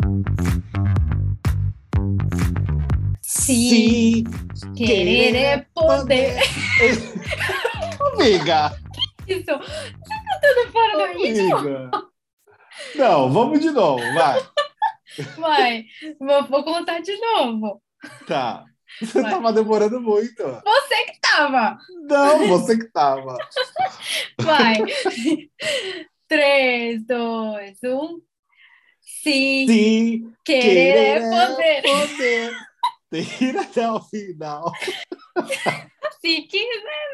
Se querer é poder. Amiga! Isso. Você tá cantando fora do ritmo? Amiga! Não, vamos de novo, vai. Vai, vou contar de novo. Tá. Você Vai. tava demorando muito. Você que tava. Não, você que tava. Vai. 3, 2, 1. Se Querer querer é é poder. poder. Tem que ir até o final. Se quiser.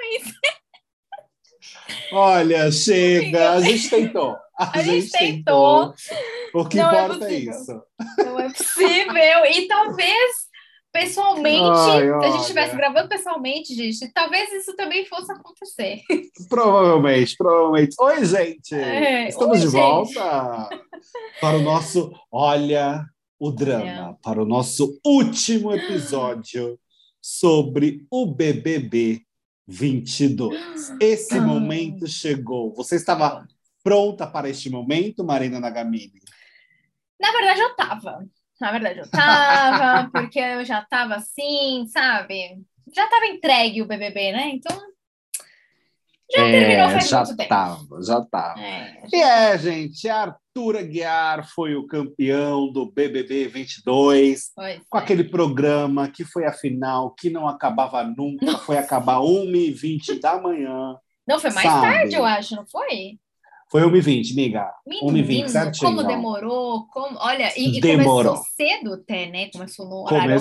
Olha, chega. A gente tentou. A gente tentou. O que Não é importa é possível. isso. Não é possível. E talvez, pessoalmente, Ai, se a gente olha. estivesse gravando pessoalmente, gente, talvez isso também fosse acontecer. Provavelmente. Oi, gente. Estamos Oi, de gente. volta para o nosso Olha o Olha. Drama, para o nosso último episódio sobre o BBB 22. Esse momento chegou. Você estava pronta para este momento, Marina Nagamini? Na verdade, eu tava. Porque eu já tava assim, sabe? Já tava entregue o BBB, né? Então, já terminou faz muito tempo. Já tava. Gente, Arthur Aguiar foi o campeão do BBB 22, com aquele programa que foi a final, que não acabava nunca, foi acabar 1h20 da manhã. Não, foi mais tarde, eu acho, não foi? Foi 1h20, amiga. 1h20, certinho. Como demorou, olha, e demorou. Começou cedo até, né? Começou no horário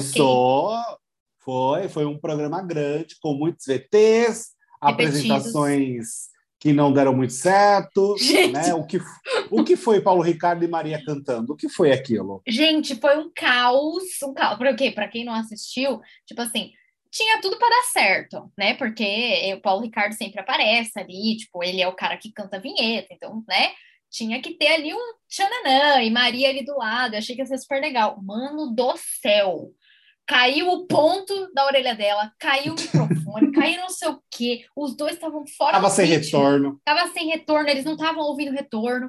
Foi um programa grande, com muitos VTs, repetidos. Apresentações que não deram muito certo. Gente. Né? O que foi Paulo Ricardo e Maria cantando? O que foi aquilo? Gente, foi um caos. Por quê? Pra quem não assistiu, tipo assim, tinha tudo para dar certo, né? Porque o Paulo Ricardo sempre aparece ali, tipo, ele é o cara que canta a vinheta, então, né? Tinha que ter ali um tchananã e Maria ali do lado. Eu achei que ia ser super legal. Mano do céu! Caiu o ponto da orelha dela, caiu o microfone, caiu não sei o quê. Os dois estavam fora Tava do sem ritmo. retorno. Tava sem retorno, eles não estavam ouvindo retorno.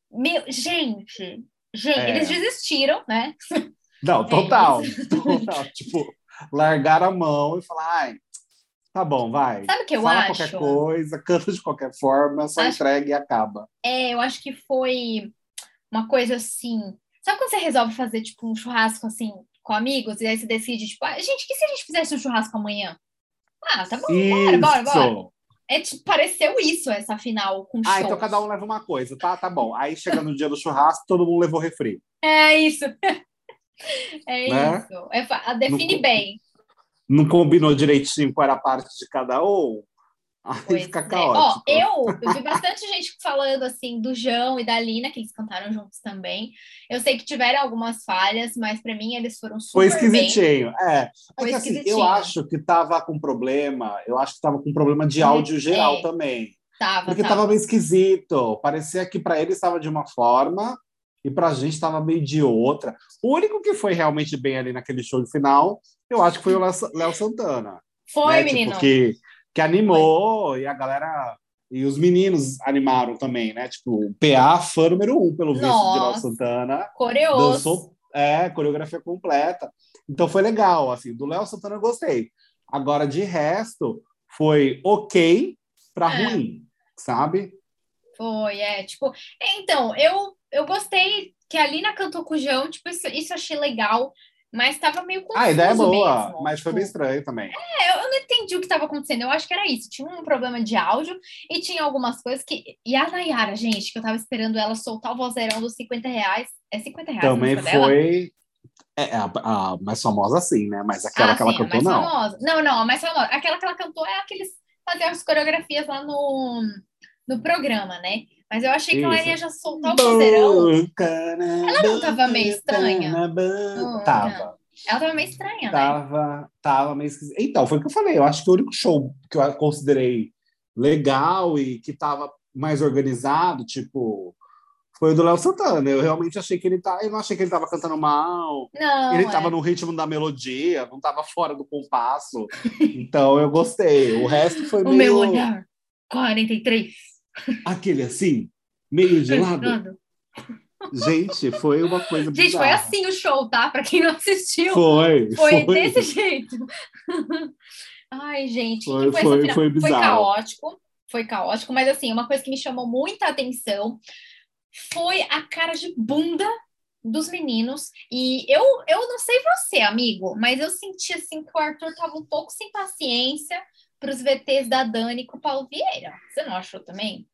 Gente, eles desistiram, né? Não, total. Tipo, largaram a mão e falaram, ai, tá bom, vai. Sabe o que eu Fala acho? qualquer coisa, canta de qualquer forma, só entrega e acaba. Eu acho que foi uma coisa assim. Sabe quando você resolve fazer, tipo, um churrasco assim com amigos, e aí você decide, tipo, gente, que se a gente fizesse um churrasco amanhã? Ah, tá bom, bora. Pareceu isso, essa final com shows. Então cada um leva uma coisa, tá bom. Aí chega no dia do churrasco, todo mundo levou refri. É isso. Né? Isso. Define bem. Não combinou direitinho qual era a parte de cada um? Aí fica caótico. Eu vi bastante gente falando assim do João e da Lina, que eles cantaram juntos também. Eu sei que tiveram algumas falhas, mas para mim eles foram super Foi esquisitinho. bem. Foi que, assim, eu acho que tava com problema. Eu acho que tava com problema de áudio geral também. Porque tava meio esquisito. Parecia que para eles estava de uma forma e pra gente estava meio de outra. O único que foi realmente bem ali naquele show de final, eu acho que foi o Léo Santana. Foi, né? menino. Tipo, que animou, e a galera e os meninos animaram também, né? Tipo, o PA, fã número 1, pelo visto, de Léo Santana. Dançou, coreografia completa. Então foi legal, assim, do Léo Santana eu gostei. Agora, de resto, foi ok pra ruim, sabe? Foi, tipo... Então, eu gostei que a Lina cantou com o João, tipo, isso eu achei legal, mas tava meio confuso a ideia é boa, mesmo. mas foi meio estranho também. Eu não entendi o que estava acontecendo. Eu acho que era isso. Tinha um problema de áudio e tinha algumas coisas que... E a Nayara, gente, que eu tava esperando ela soltar o vozeirão dos R$50. É R$50 também a música dela? Foi... a mais famosa, sim, né? Mas aquela que ela cantou, não. Famosa. Não, a mais famosa. Aquela que ela cantou é aqueles faziam as coreografias lá no programa, né? Mas eu achei que ela ia já soltar o vozeirão. Ela não tava meio estranha? Tava. Ela tava meio estranha, né? Tava meio esquisita. Então, foi o que eu falei. Eu acho que o único show que eu considerei legal e que tava mais organizado, tipo, foi o do Léo Santana. Eu realmente achei que eu não achei que ele tava cantando mal. Não, ele tava no ritmo da melodia, não tava fora do compasso. Então, eu gostei. O resto foi o meio... meu olhar, 43. Aquele assim, meio de lado. Gente, foi uma coisa bizarra. Gente, foi assim o show, tá? Pra quem não assistiu. Foi desse jeito. Ai, gente, o que foi essa final? Foi bizarro. Foi caótico, mas assim, uma coisa que me chamou muita atenção foi a cara de bunda dos meninos. E eu não sei você, amigo, mas eu senti assim que o Arthur tava um pouco sem paciência para os VTs da Dani com o Paulo Vieira. Você não achou também?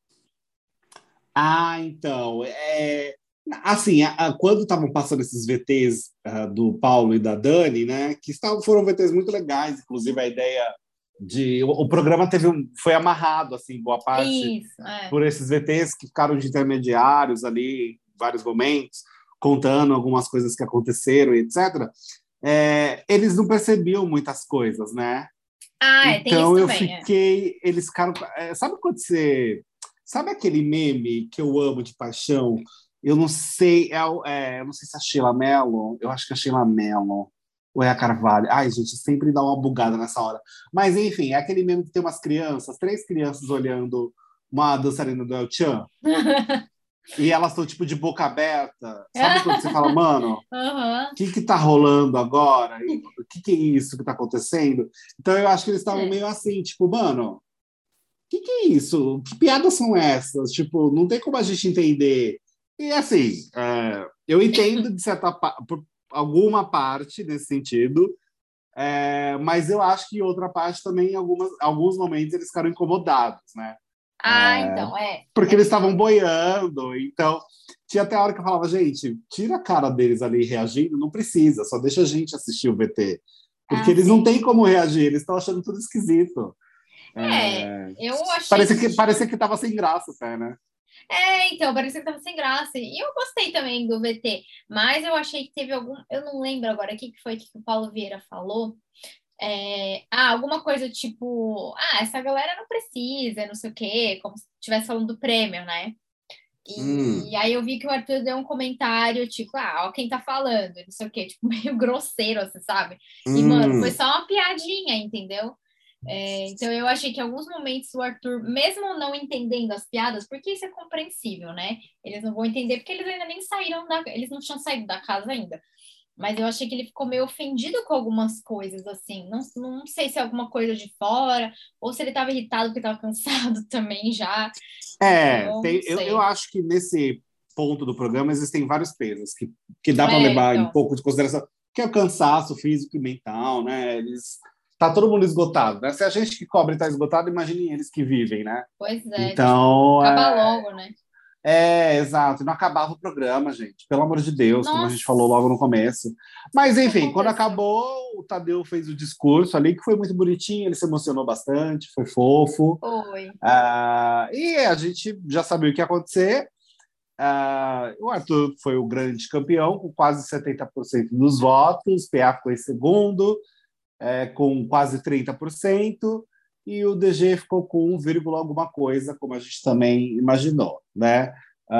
Então, assim, quando estavam passando esses VTs do Paulo e da Dani, né, que foram VTs muito legais, inclusive a ideia de o programa foi amarrado assim, boa parte por esses VTs que ficaram de intermediários ali, em vários momentos, contando algumas coisas que aconteceram, etc. Eles não percebiam muitas coisas, né? Então eu fiquei, eles ficaram, sabe quando você sabe aquele meme que eu amo de paixão? Eu não sei, eu não sei se é a Sheila Mello, eu acho que é a Sheila Mello, ou é a Carvalho. Ai, gente, sempre dá uma bugada nessa hora. Mas, enfim, é aquele meme que tem umas crianças, 3 crianças olhando uma dançarina do El Chan, e elas estão, tipo, de boca aberta. Sabe quando você fala, mano, o que tá rolando agora? O que é isso que tá acontecendo? Então, eu acho que eles estavam meio assim, tipo, mano, que é isso? Que piadas são essas? Tipo, não tem como a gente entender. E assim, eu entendo de por alguma parte nesse sentido, mas eu acho que outra parte também, em alguns momentos, eles ficaram incomodados, né? Então, Porque eles estavam boiando, então tinha até a hora que eu falava, gente, tira a cara deles ali reagindo, não precisa, só deixa a gente assistir o VT. Porque eles não têm como reagir, eles estão achando tudo esquisito. Eu achei... Parecia que tava sem graça até, né? Então, parecia que tava sem graça. E eu gostei também do VT, mas eu achei que teve algum... Eu não lembro agora o que foi que o Paulo Vieira falou. Alguma coisa tipo... essa galera não precisa, não sei o quê. Como se estivesse falando do prêmio, né? E aí eu vi que o Arthur deu um comentário, tipo, ó, quem tá falando, não sei o quê. Tipo, meio grosseiro, você sabe? E, mano, foi só uma piadinha, entendeu? Então eu achei que em alguns momentos o Arthur, mesmo não entendendo as piadas, porque isso é compreensível, né? Eles não vão entender porque eles ainda nem saíram eles não tinham saído da casa ainda. Mas eu achei que ele ficou meio ofendido com algumas coisas, assim. Não sei se é alguma coisa de fora, ou se ele estava irritado porque estava cansado também já. Eu acho que nesse ponto do programa existem vários pesos que dá para levar um pouco de consideração, que é o cansaço físico e mental, né? Tá todo mundo esgotado, né? Se a gente que cobre tá esgotado, imaginem eles que vivem, né? Pois é. Então, acaba logo, né? Exato. Não acabava o programa, gente. Pelo amor de Deus, como a gente falou logo no começo. Mas, enfim, quando acabou, o Tadeu fez o discurso ali, que foi muito bonitinho, ele se emocionou bastante, foi fofo. Foi. E a gente já sabia o que ia acontecer. O Arthur foi o grande campeão, com quase 70% dos votos. PA ficou em segundo, com quase 30%, e o DG ficou com 1, alguma coisa, como a gente também imaginou, né?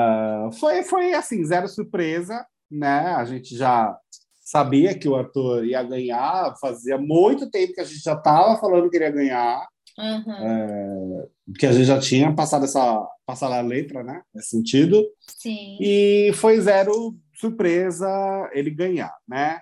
Foi assim, zero surpresa, né? A gente já sabia que o Arthur ia ganhar, fazia muito tempo que a gente já estava falando que ele ia ganhar, que a gente já tinha passado a letra, né? Nesse sentido. Sim. E foi zero surpresa ele ganhar, né?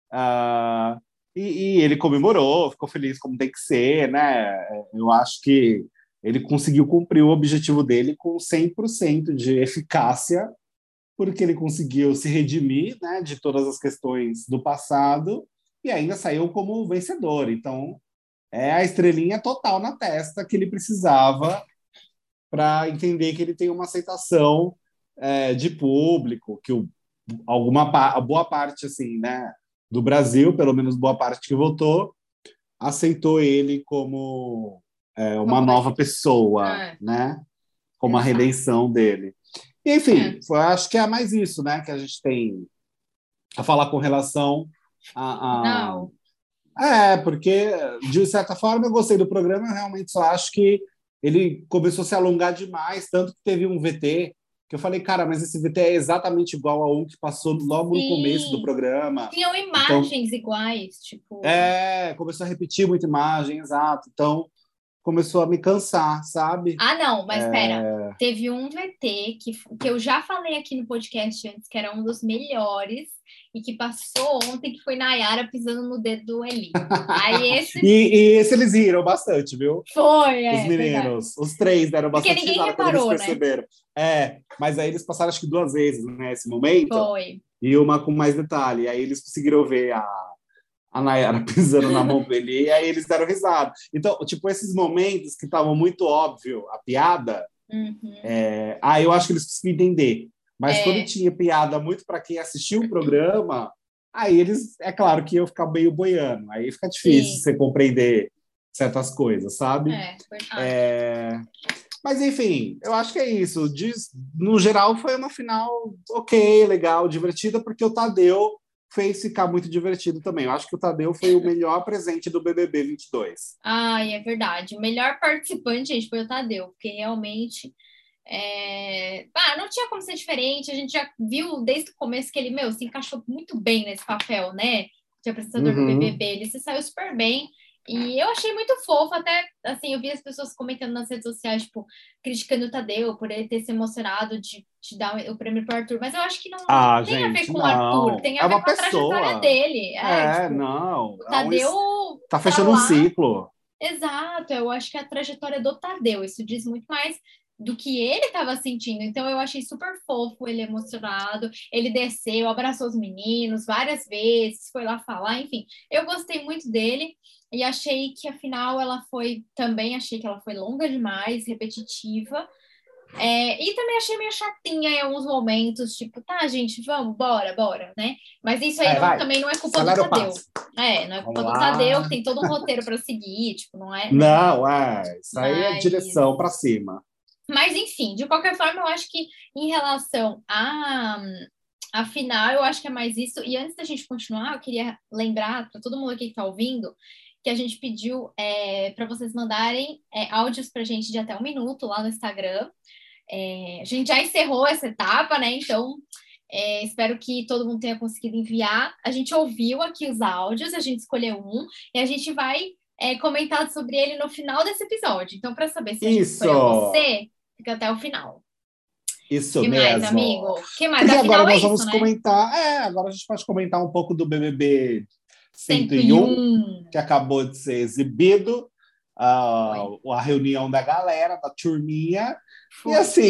E ele comemorou, ficou feliz como tem que ser, né? Eu acho que ele conseguiu cumprir o objetivo dele com 100% de eficácia, porque ele conseguiu se redimir, né, de todas as questões do passado e ainda saiu como vencedor. Então, é a estrelinha total na testa que ele precisava para entender que ele tem uma aceitação de público, que a boa parte assim, né, do Brasil, pelo menos boa parte que votou, aceitou ele como uma nova pessoa, né? Como a redenção dele. Enfim, acho que é mais isso, né? Que a gente tem a falar com relação Não. Porque, de certa forma, eu gostei do programa, eu realmente só acho que ele começou a se alongar demais, tanto que teve um VT que eu falei, cara, mas esse VT é exatamente igual a um que passou logo no começo do programa. Tinham imagens iguais, tipo... Começou a repetir muita imagem, exato. Então, começou a me cansar, sabe? Ah, não, mas pera. Teve um VT que eu já falei aqui no podcast antes, que era um dos melhores, e que passou ontem, que foi Nayara pisando no dedo do Eli. Aí esse... e esse eles riram bastante, viu? Foi, Os meninos. Verdade. Os 3 deram porque bastante risada quando eles perceberam. Né? Mas aí eles passaram acho que 2 vezes, né? Esse momento. Foi. E uma com mais detalhe. Aí eles conseguiram ver a Nayara pisando na mão do Eli, e aí eles deram risada. Então, tipo, esses momentos que estavam muito óbvio, a piada, aí eu acho que eles conseguiram entender. Mas quando tinha piada muito para quem assistiu o programa, aí eles, é claro que eu ficar meio boiando. Aí fica difícil você compreender certas coisas, sabe? Mas, enfim, eu acho que é isso. No geral, foi uma final ok, legal, divertida, porque o Tadeu fez ficar muito divertido também. Eu acho que o Tadeu foi o melhor presente do BBB 22. Ai, é verdade. O melhor participante, gente, foi o Tadeu, porque realmente não tinha como ser diferente. A gente já viu desde o começo que ele, se encaixou muito bem nesse papel, né? De apresentador do BBB. Ele se saiu super bem. E eu achei muito fofo, até, assim, eu vi as pessoas comentando nas redes sociais, tipo, criticando o Tadeu por ele ter se emocionado de dar o prêmio pro Arthur, mas eu acho que não tem a ver com o Arthur, tem a ver com a trajetória dele. Não. O Tadeu tá fechando um ciclo. Exato, eu acho que a trajetória do Tadeu, isso diz muito mais do que ele estava sentindo. Então eu achei super fofo, ele emocionado, ele desceu, abraçou os meninos várias vezes, foi lá falar, enfim, eu gostei muito dele. E achei que afinal achei que ela foi longa demais, repetitiva. E também achei meio chatinha em alguns momentos, tipo, tá, gente, vamos, bora, né? Mas isso aí também não é culpa do Tadeu. Não é culpa do Tadeu, que tem todo um roteiro para seguir, tipo, não é. Isso aí é direção para cima. Mas, enfim, de qualquer forma, eu acho que em relação à final, eu acho que é mais isso. E antes da gente continuar, eu queria lembrar para todo mundo aqui que está ouvindo que a gente pediu para vocês mandarem áudios para a gente de até 1 minuto lá no Instagram. A gente já encerrou essa etapa, né? Então, espero que todo mundo tenha conseguido enviar. A gente ouviu aqui os áudios, a gente escolheu um e a gente vai comentar sobre ele no final desse episódio. Então, para saber se a gente escolheu você, fica até o final. Isso que mesmo. Mais, amigo? Que mais? Porque Afinal, agora nós vamos isso, comentar. Agora a gente pode comentar um pouco do BBB 101, que acabou de ser exibido, a reunião da galera, da turminha. Foi. E assim,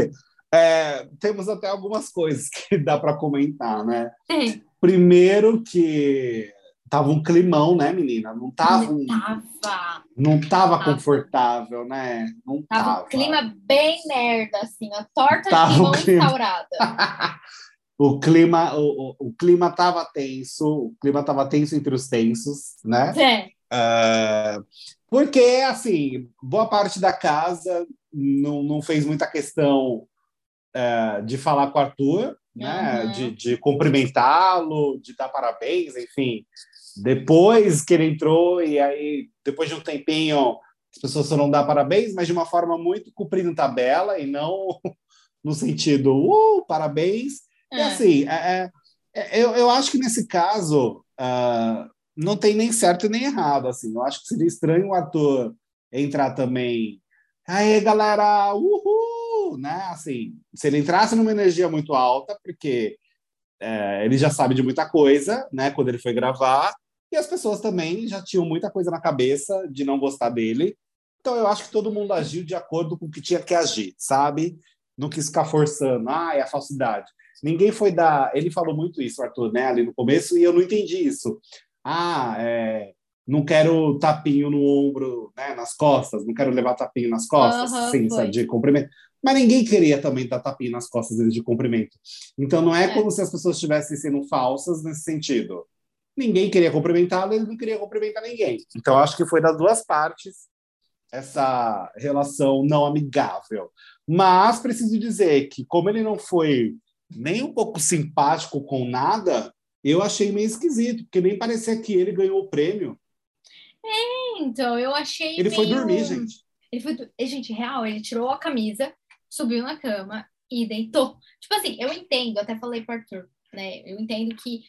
temos até algumas coisas que dá para comentar, né? Sim. Primeiro que tava um climão, né, menina? Não tava confortável, né? Não tava. Um clima bem merda, assim, a torta de limão instaurada. O clima tava tenso, entre os tensos, né? Porque, assim, boa parte da casa não fez muita questão de falar com o Arthur, né? De cumprimentá-lo, de dar parabéns, enfim. Depois que ele entrou, e aí, depois de um tempinho, as pessoas foram dar parabéns, mas de uma forma muito cumprindo tabela, e não no sentido, parabéns. E assim, eu acho que nesse caso não tem nem certo nem errado. Assim. Eu acho que seria estranho o ator entrar também. Aí, galera, uhul! Né? Assim, se ele entrasse numa energia muito alta, porque ele já sabe de muita coisa, né? Quando ele foi gravar, e as pessoas também já tinham muita coisa na cabeça de não gostar dele. Então, eu acho que todo mundo agiu de acordo com o que tinha que agir, sabe? Não quis ficar forçando, é a falsidade. Ninguém foi dar. Ele falou muito isso, Arthur, né? Ali no começo, e eu não entendi isso. Não quero tapinho no ombro, né? Nas costas, não quero levar tapinho nas costas, de cumprimento. Mas ninguém queria também dar tapinha nas costas deles de cumprimento. Então não é como se as pessoas estivessem sendo falsas nesse sentido. Ninguém queria cumprimentá-lo, ele não queria cumprimentar ninguém. Então acho que foi das duas partes essa relação não amigável. Mas preciso dizer que, como ele não foi nem um pouco simpático com nada, eu achei meio esquisito, porque nem parecia que ele ganhou o prêmio. Então, eu achei Ele foi dormir, gente. Gente, real, ele tirou a camisa, subiu na cama e deitou. Tipo assim, eu entendo, até falei pro Arthur, né? Eu entendo que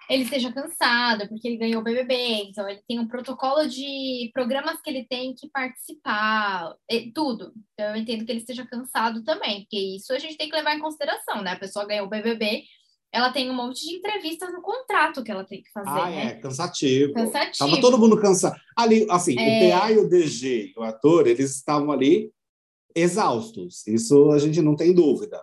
ele esteja cansado, porque ele ganhou o BBB, então ele tem um protocolo de programas que ele tem que participar, tudo. Então eu entendo que ele esteja cansado também, porque isso a gente tem que levar em consideração, né? A pessoa ganhou o BBB, ela tem um monte de entrevistas no contrato que ela tem que fazer, né? Cansativo. Tava todo Cansativo. mundo cansado. Ali, assim, o PA e o DG, o ator, eles estavam ali exaustos. Isso a gente não tem dúvida.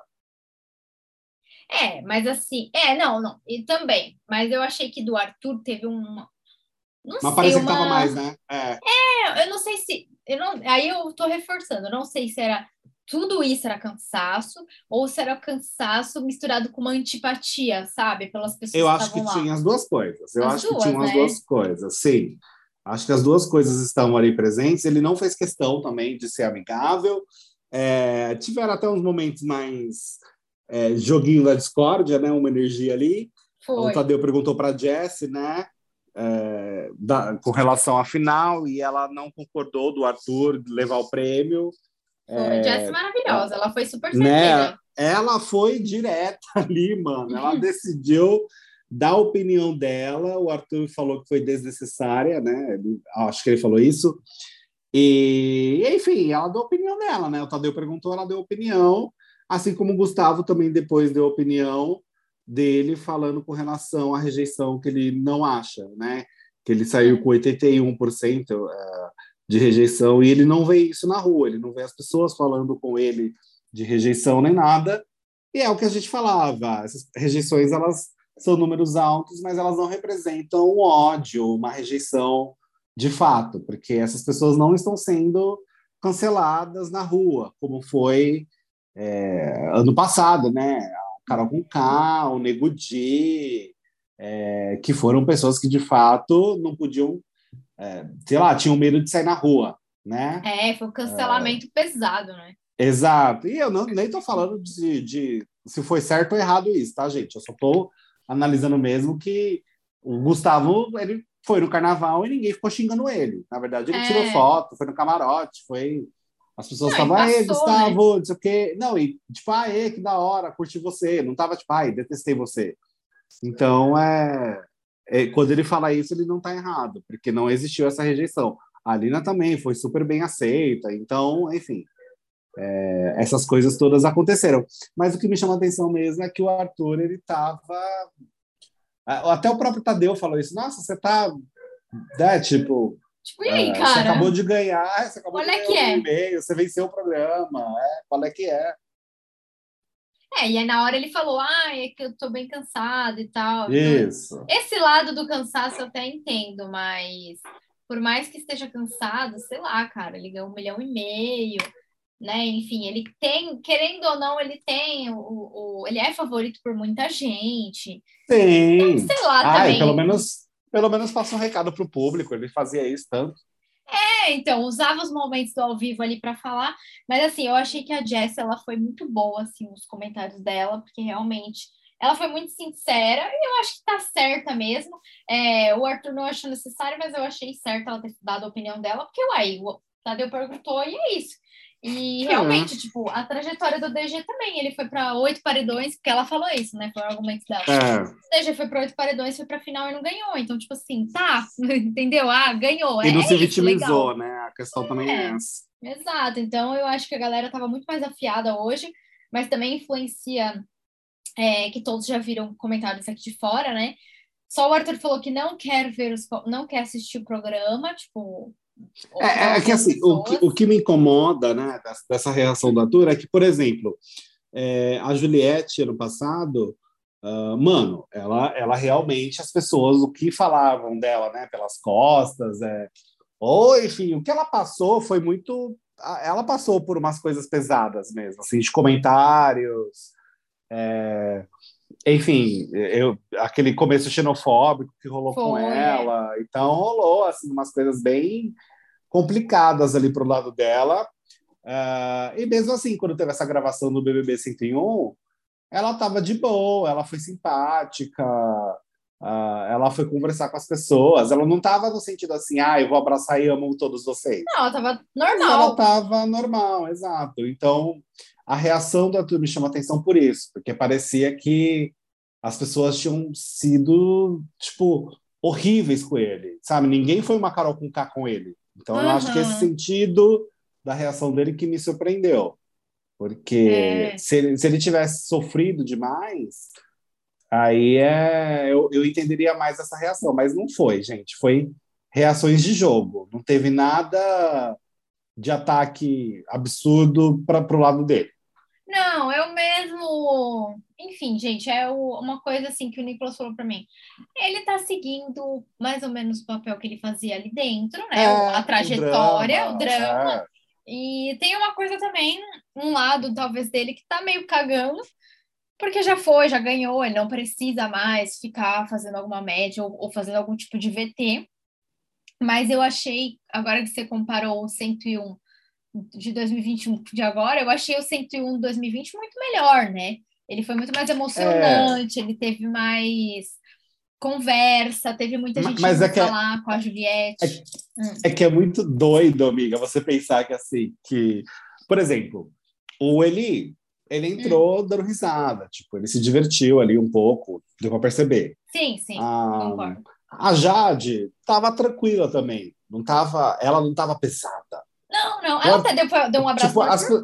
Mas assim, não, e também, mas eu achei que do Arthur teve uma, não Mas sei, parecia que tava mais, né? eu não sei se, aí eu tô reforçando, eu não sei se era, tudo isso era cansaço, ou se era cansaço misturado com uma antipatia, sabe, pelas pessoas Eu que acho que estavam lá. tinha as duas coisas. Eu As acho que duas, tinham as né? duas coisas, sim. Acho que as duas coisas estão ali presentes. Ele não fez questão também de ser amigável. Tiveram até uns momentos mais joguinho da discórdia, né? Uma energia ali. O Foi. Tadeu perguntou para a Jessie, né? Com relação à final, e ela não concordou do Arthur levar o prêmio. Foi. Jess maravilhosa, ela foi super Né? certeira. Ela foi direta ali, mano. Ela decidiu dar a opinião dela. O Arthur falou que foi desnecessária, né? Acho que ele falou isso. E, enfim, ela deu a opinião dela, né? O Tadeu perguntou, ela deu opinião. Assim como o Gustavo também depois deu opinião dele, falando com relação à rejeição que ele não acha, né? Que ele saiu com 81% de rejeição e ele não vê isso na rua, ele não vê as pessoas falando com ele de rejeição nem nada. E é o que a gente falava, essas rejeições elas são números altos, mas elas não representam um ódio, uma rejeição de fato, porque essas pessoas não estão sendo canceladas na rua, como foi ano passado, né? A Carol Conká, o Nego Di, que foram pessoas que de fato não podiam, sei lá, tinham medo de sair na rua, né? Foi um cancelamento pesado, né? Exato. E eu nem estou falando de se foi certo ou errado isso, tá, gente? Eu só estou analisando mesmo que o Gustavo ele foi no carnaval e ninguém ficou xingando ele. Na verdade, ele tirou foto, foi no camarote, foi. As pessoas Não, e estavam, aê, passou, né? Gustavo, não sei o quê. Não, e tipo, aê, que da hora, curti você. Não tava tipo, ai, detestei você. Então, quando ele fala isso, ele não está errado, porque não existiu essa rejeição. A Lina também foi super bem aceita. Então, enfim, essas coisas todas aconteceram. Mas o que me chama a atenção mesmo é que o Arthur, ele estava. Até o próprio Tadeu falou isso. Nossa, você tá. Né, tipo, Tipo, e aí, você cara? acabou de ganhar, você acabou Qual de é ganhar que o é? e-mail, você venceu o programa, qual é que é? E aí na hora ele falou, é que eu tô bem cansado e tal. Então, Isso. esse lado do cansaço eu até entendo, mas por mais que esteja cansado, sei lá, cara, ele ganhou 1,5 milhão, né? Enfim, ele tem, querendo ou não, ele tem ele é favorito por muita gente. Então, Sim. sei lá Ai, também. pelo menos passa um recado pro público, ele fazia isso tanto. Então, usava os momentos do ao vivo ali para falar, mas assim, eu achei que a Jess, ela foi muito boa, assim, nos comentários dela, porque realmente ela foi muito sincera, e eu acho que tá certa mesmo. O Arthur não achou necessário, mas eu achei certo ela ter dado a opinião dela, porque, uai, o Tadeu perguntou e é isso. E realmente, tipo, a trajetória do DG também, ele foi para 8 paredões, porque ela falou isso, né? Foi o argumento dela. É. O DG foi para 8 paredões, foi para final e não ganhou. Então, tipo assim, tá, entendeu? Ganhou. E não se É isso, legal. vitimizou, né? A questão também é É, essa. exato. Então, eu acho que a galera estava muito mais afiada hoje, mas também influencia, que todos já viram comentários aqui de fora, né? Só o Arthur falou que não quer não quer assistir o programa, tipo, É que algumas assim, pessoas. o que me incomoda, né, dessa reação do Arthur é que, por exemplo, a Juliette, ano passado, mano, ela realmente, as pessoas, o que falavam dela, né, pelas costas, ou enfim, o que ela passou foi muito. Ela passou por umas coisas pesadas mesmo, assim, de comentários, enfim, aquele começo xenofóbico que rolou com Foi, ela, então rolou assim, umas coisas bem complicadas ali pro lado dela. E mesmo assim, quando teve essa gravação do BBB 101, ela estava de boa, ela foi simpática, ela foi conversar com as pessoas, ela não estava no sentido assim, eu vou abraçar e amo todos vocês. não, ela tava Mas ela normal. estava normal, exato. Então, a reação do Arthur me chama atenção por isso, porque parecia que as pessoas tinham sido, tipo, horríveis com ele, sabe? Ninguém foi uma Carol Conká com ele. Então, eu acho que esse sentido da reação dele que me surpreendeu. Porque se ele tivesse sofrido demais, aí eu entenderia mais essa reação. Mas não foi, gente. Foi reações de jogo. Não teve nada de ataque absurdo para o lado dele. Não, eu mesmo. Enfim, gente, uma coisa assim que o Nicolas falou para mim. Ele tá seguindo mais ou menos o papel que ele fazia ali dentro, né? A trajetória, o drama. E tem uma coisa também, um lado talvez dele que tá meio cagando, porque já foi, já ganhou, ele não precisa mais ficar fazendo alguma média ou fazendo algum tipo de VT. Mas eu achei, agora que você comparou o 101 de 2021 de agora, eu achei o 101 de 2020 muito melhor, né? Ele foi muito mais emocionante, ele teve mais conversa, teve muita gente junto lá com a Juliette. É que é muito doido, amiga, você pensar que assim, que, por exemplo, ele entrou dando risada, tipo, ele se divertiu ali um pouco, deu pra perceber. Sim, concordo. A Jade tava tranquila também, ela não tava pesada. Não, ela até deu um abraço tipo, no Arthur.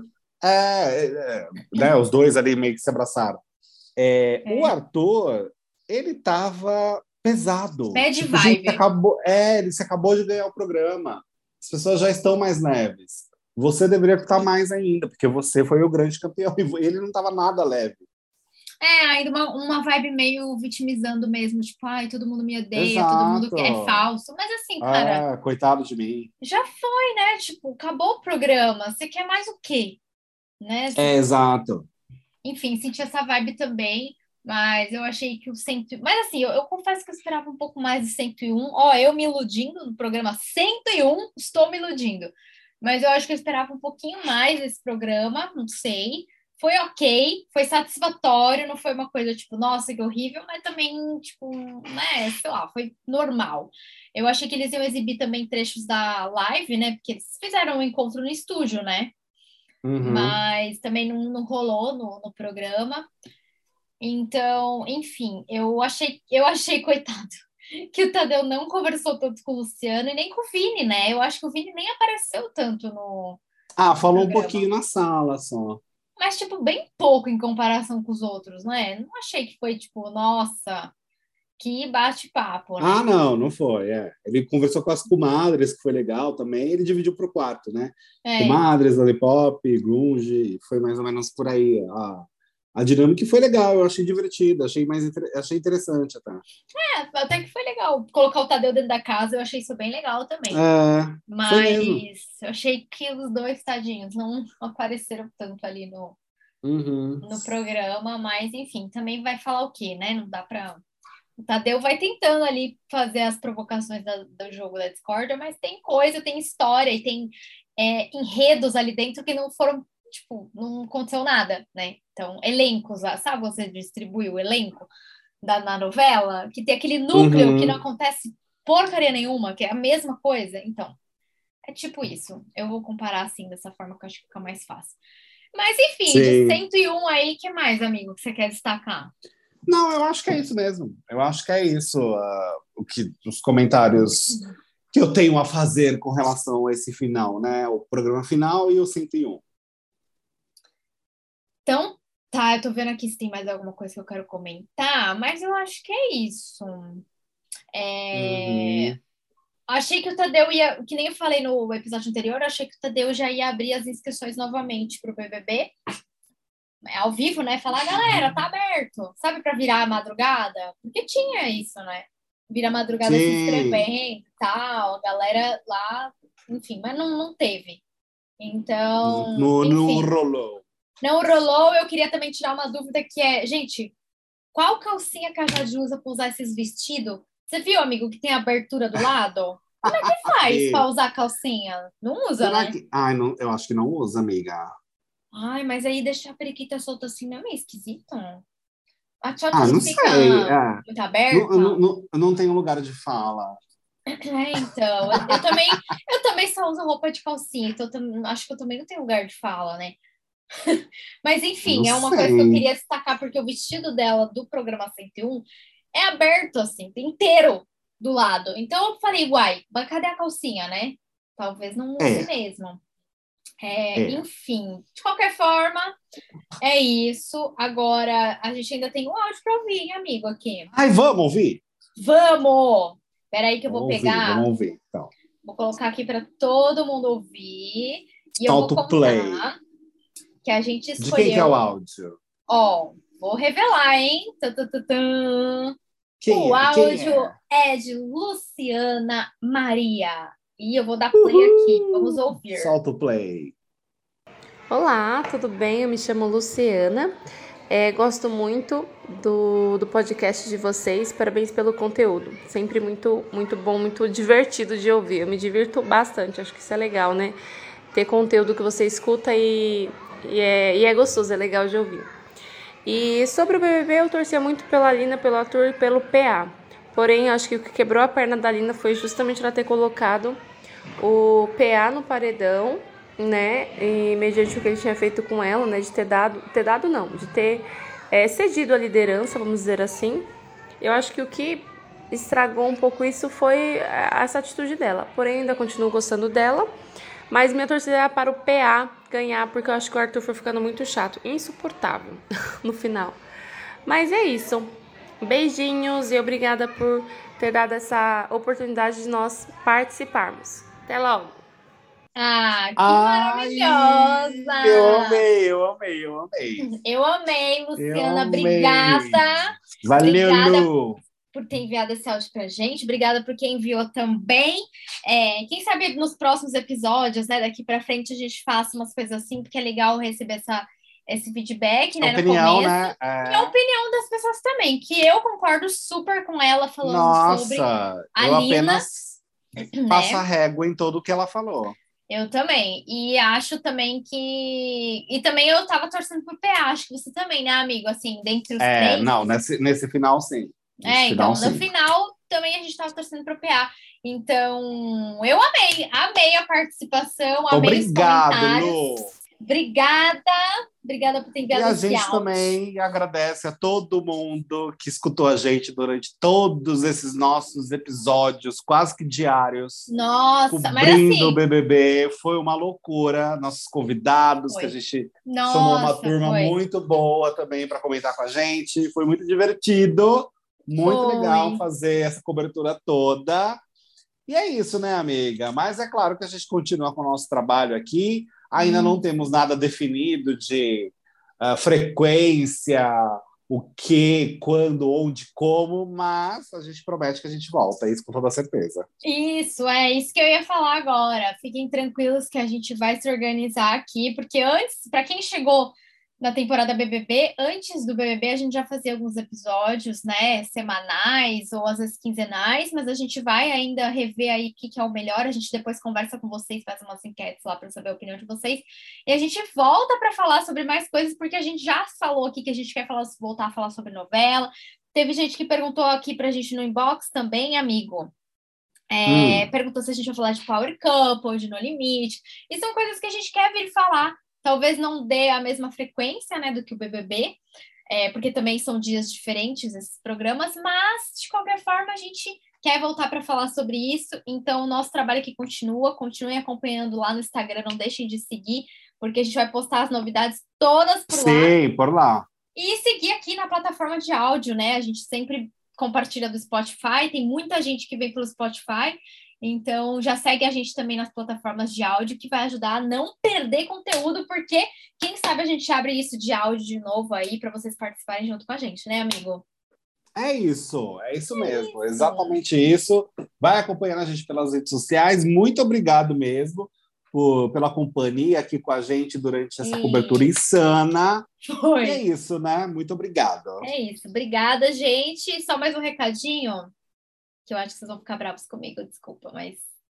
Né, os dois ali meio que se abraçaram. O Arthur, ele tava pesado. Bad vibe. Ele se acabou de ganhar o programa. As pessoas já estão mais leves. Você deveria estar mais ainda, porque você foi o grande campeão e ele não estava nada leve. Ainda uma vibe meio vitimizando mesmo, tipo, ai, todo mundo me odeia, todo mundo é falso. Mas assim, cara. Coitado de mim. Já foi, né? Tipo, acabou o programa. Você quer mais o quê? Né? Exato. Enfim, senti essa vibe também. Mas eu achei que o 100. Mas assim, eu confesso que eu esperava um pouco mais de 101. Eu me iludindo no programa 101, estou me iludindo. Mas eu acho que eu esperava um pouquinho mais desse programa, não sei. Foi ok, foi satisfatório, não foi uma coisa tipo, nossa, que horrível, mas também, tipo, né, sei lá, foi normal. Eu achei que eles iam exibir também trechos da live, né? Porque eles fizeram um encontro no estúdio, né? Mas também não rolou no programa. Então, enfim, eu achei, coitado, que o Tadeu não conversou tanto com o Luciano e nem com o Vini, né? Eu acho que o Vini nem apareceu tanto no falou programa. um pouquinho na sala só. Mas, tipo, bem pouco em comparação com os outros, né? Não achei que foi, tipo, nossa, que bate-papo, né? Não foi. Ele conversou com as comadres, que foi legal também. Ele dividiu pro quarto, né? Comadres, Lollipop, Grunge, foi mais ou menos por aí. A dinâmica foi legal, eu achei divertida, achei interessante até. Até que foi legal. Colocar o Tadeu dentro da casa, eu achei isso bem legal também. Mas eu achei que os dois tadinhos não apareceram tanto ali no programa, mas enfim, também vai falar o quê, né? Não dá pra. O Tadeu vai tentando ali fazer as provocações do jogo da discórdia, mas tem coisa, tem história e tem enredos ali dentro que não foram, tipo, não aconteceu nada, né? Então, elencos, sabe? Você distribui o elenco na novela, que tem aquele núcleo que não acontece porcaria nenhuma, que é a mesma coisa. Então, é tipo isso. Eu vou comparar assim, dessa forma que eu acho que fica mais fácil. Mas, enfim, de 101 aí, que mais, amigo, que você quer destacar? Não, eu acho que é isso mesmo. Eu acho que é isso os comentários que eu tenho a fazer com relação a esse final, né? O programa final e o 101. Então, tá, eu tô vendo aqui se tem mais alguma coisa que eu quero comentar, mas eu acho que é isso. Achei que o Tadeu ia, que nem eu falei no episódio anterior, achei que o Tadeu já ia abrir as inscrições novamente pro BBB. Ao vivo, né? Falar, galera, tá aberto. Sabe, para virar a madrugada? Porque tinha isso, né? Virar a madrugada se inscrevendo e tal, a galera lá, enfim, mas não teve. Então, não rolou. Não rolou. Eu queria também tirar uma dúvida que é, gente, qual calcinha que a Jade usa para usar esses vestidos? Você viu, amigo, que tem abertura do lado? Como é que faz para usar calcinha? Não usa, Será né? que... não, eu acho que não usa, amiga. Ai, mas aí deixar a periquita solta assim não é meio esquisito? A tchau não fica sei. muito aberta? Não tenho lugar de fala. Então, eu também só uso roupa de calcinha, então acho que eu também não tenho lugar de fala, né? Mas, enfim, é uma coisa que eu queria destacar, porque o vestido dela do programa 101 é aberto, assim, inteiro do lado. Então, eu falei, uai, mas cadê a calcinha, né? Talvez não use mesmo. Enfim, de qualquer forma, é isso. Agora, a gente ainda tem um áudio para ouvir, amigo, aqui. Ai, vamos ouvir? Vamos! Peraí que eu vou pegar. Vamos ouvir, então. Vou colocar aqui para todo mundo ouvir. E Solta eu vou contar que a gente escolheu... De quem que é o áudio? Ó, vou revelar, hein? O áudio é de Luciana Maria. E eu vou dar play aqui. Vamos ouvir. Solta o play. Olá, tudo bem? Eu me chamo Luciana. Gosto muito do podcast de vocês. Parabéns pelo conteúdo. Sempre muito, muito bom, muito divertido de ouvir. Eu me divirto bastante. Acho que isso é legal, né? Ter conteúdo que você escuta e é gostoso, é legal de ouvir. E sobre o BBB, eu torcia muito pela Lina, pelo Arthur e pelo PA. Porém, acho que o que quebrou a perna da Lina foi justamente ela ter colocado o PA no paredão, né? E mediante o que ele tinha feito com ela, né? De ter cedido a liderança, vamos dizer assim. Eu acho que o que estragou um pouco isso foi essa atitude dela. Porém, ainda continuo gostando dela. Mas minha torcida é para o PA ganhar, porque eu acho que o Arthur foi ficando muito chato, insuportável no final. Mas é isso. Beijinhos e obrigada por ter dado essa oportunidade de nós participarmos. Até logo. Ah, que maravilhosa! Eu amei. Eu amei, Luciana. Obrigada. Valeu, obrigada Lu. Por ter enviado esse áudio pra gente. Obrigada por quem enviou também. Quem sabe nos próximos episódios, né, daqui pra frente a gente faça umas coisas assim, porque é legal receber esse feedback, né, opinião, no começo. Né? E a opinião das pessoas também, que eu concordo super com ela falando sobre a eu Lina. Apenas passo a régua em tudo que ela falou. Eu também. E acho também que... E também eu tava torcendo pro PA. Acho que você também, né, amigo? Assim, dentre os três. Não, nesse final, sim. Então, no final, também a gente tava torcendo pro PA. Então, eu amei a participação, amei os comentários. Lu. Obrigada por ter enviado esse áudio. E a gente também agradece a todo mundo que escutou a gente durante todos esses nossos episódios, quase que diários. Nossa, cobrindo mas assim... o BBB. Foi uma loucura. Nossos convidados, que a gente somou uma turma muito boa também para comentar com a gente. Foi muito divertido. Muito legal fazer essa cobertura toda. E é isso, né, amiga? Mas é claro que a gente continua com o nosso trabalho aqui. Ainda não temos nada definido de frequência, o que, quando, onde, como, mas a gente promete que a gente volta, isso com toda certeza. Isso, é isso que eu ia falar agora. Fiquem tranquilos que a gente vai se organizar aqui, porque antes, para quem chegou na temporada BBB, antes do BBB a gente já fazia alguns episódios, né, semanais ou às vezes quinzenais, mas a gente vai ainda rever aí o que é o melhor, a gente depois conversa com vocês, faz umas enquetes lá para saber a opinião de vocês, e a gente volta para falar sobre mais coisas, porque a gente já falou aqui que a gente quer voltar a falar sobre novela, teve gente que perguntou aqui pra gente no inbox também, amigo, perguntou se a gente vai falar de Power Couple, de No Limite, e são coisas que a gente quer vir falar. Talvez não dê a mesma frequência, né, do que o BBB, porque também são dias diferentes esses programas, mas, de qualquer forma, a gente quer voltar para falar sobre isso. Então, o nosso trabalho aqui continua. Continuem acompanhando lá no Instagram, não deixem de seguir, porque a gente vai postar as novidades todas por lá. Sim, por lá. E seguir aqui na plataforma de áudio, né? A gente sempre compartilha do Spotify, tem muita gente que vem pelo Spotify. Então, já segue a gente também nas plataformas de áudio, que vai ajudar a não perder conteúdo, porque quem sabe a gente abre isso de áudio de novo aí para vocês participarem junto com a gente, né, amigo? É isso mesmo, exatamente isso. Vai acompanhando a gente pelas redes sociais. Muito obrigado mesmo pela companhia aqui com a gente durante essa cobertura insana. Foi. E é isso, né? Muito obrigado. É isso, obrigada, gente. Só mais um recadinho, que eu acho que vocês vão ficar bravos comigo, desculpa, mas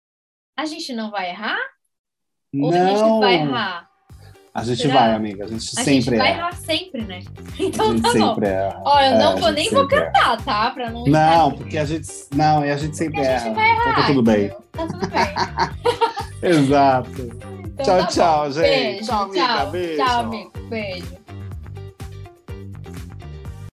a gente não vai errar? Ou a gente vai errar? A gente vai, amiga, a gente sempre vai errar sempre, né? Então tá bom. Erra. Ó, eu não vou nem vou cantar, tá? Pra não porque a gente sempre erra. Vai errar, então tá tudo bem. Tá tudo bem. Exato. Então, tchau, gente. Beijo, tchau, amiga. Beijo. Tchau, amigo. Beijo.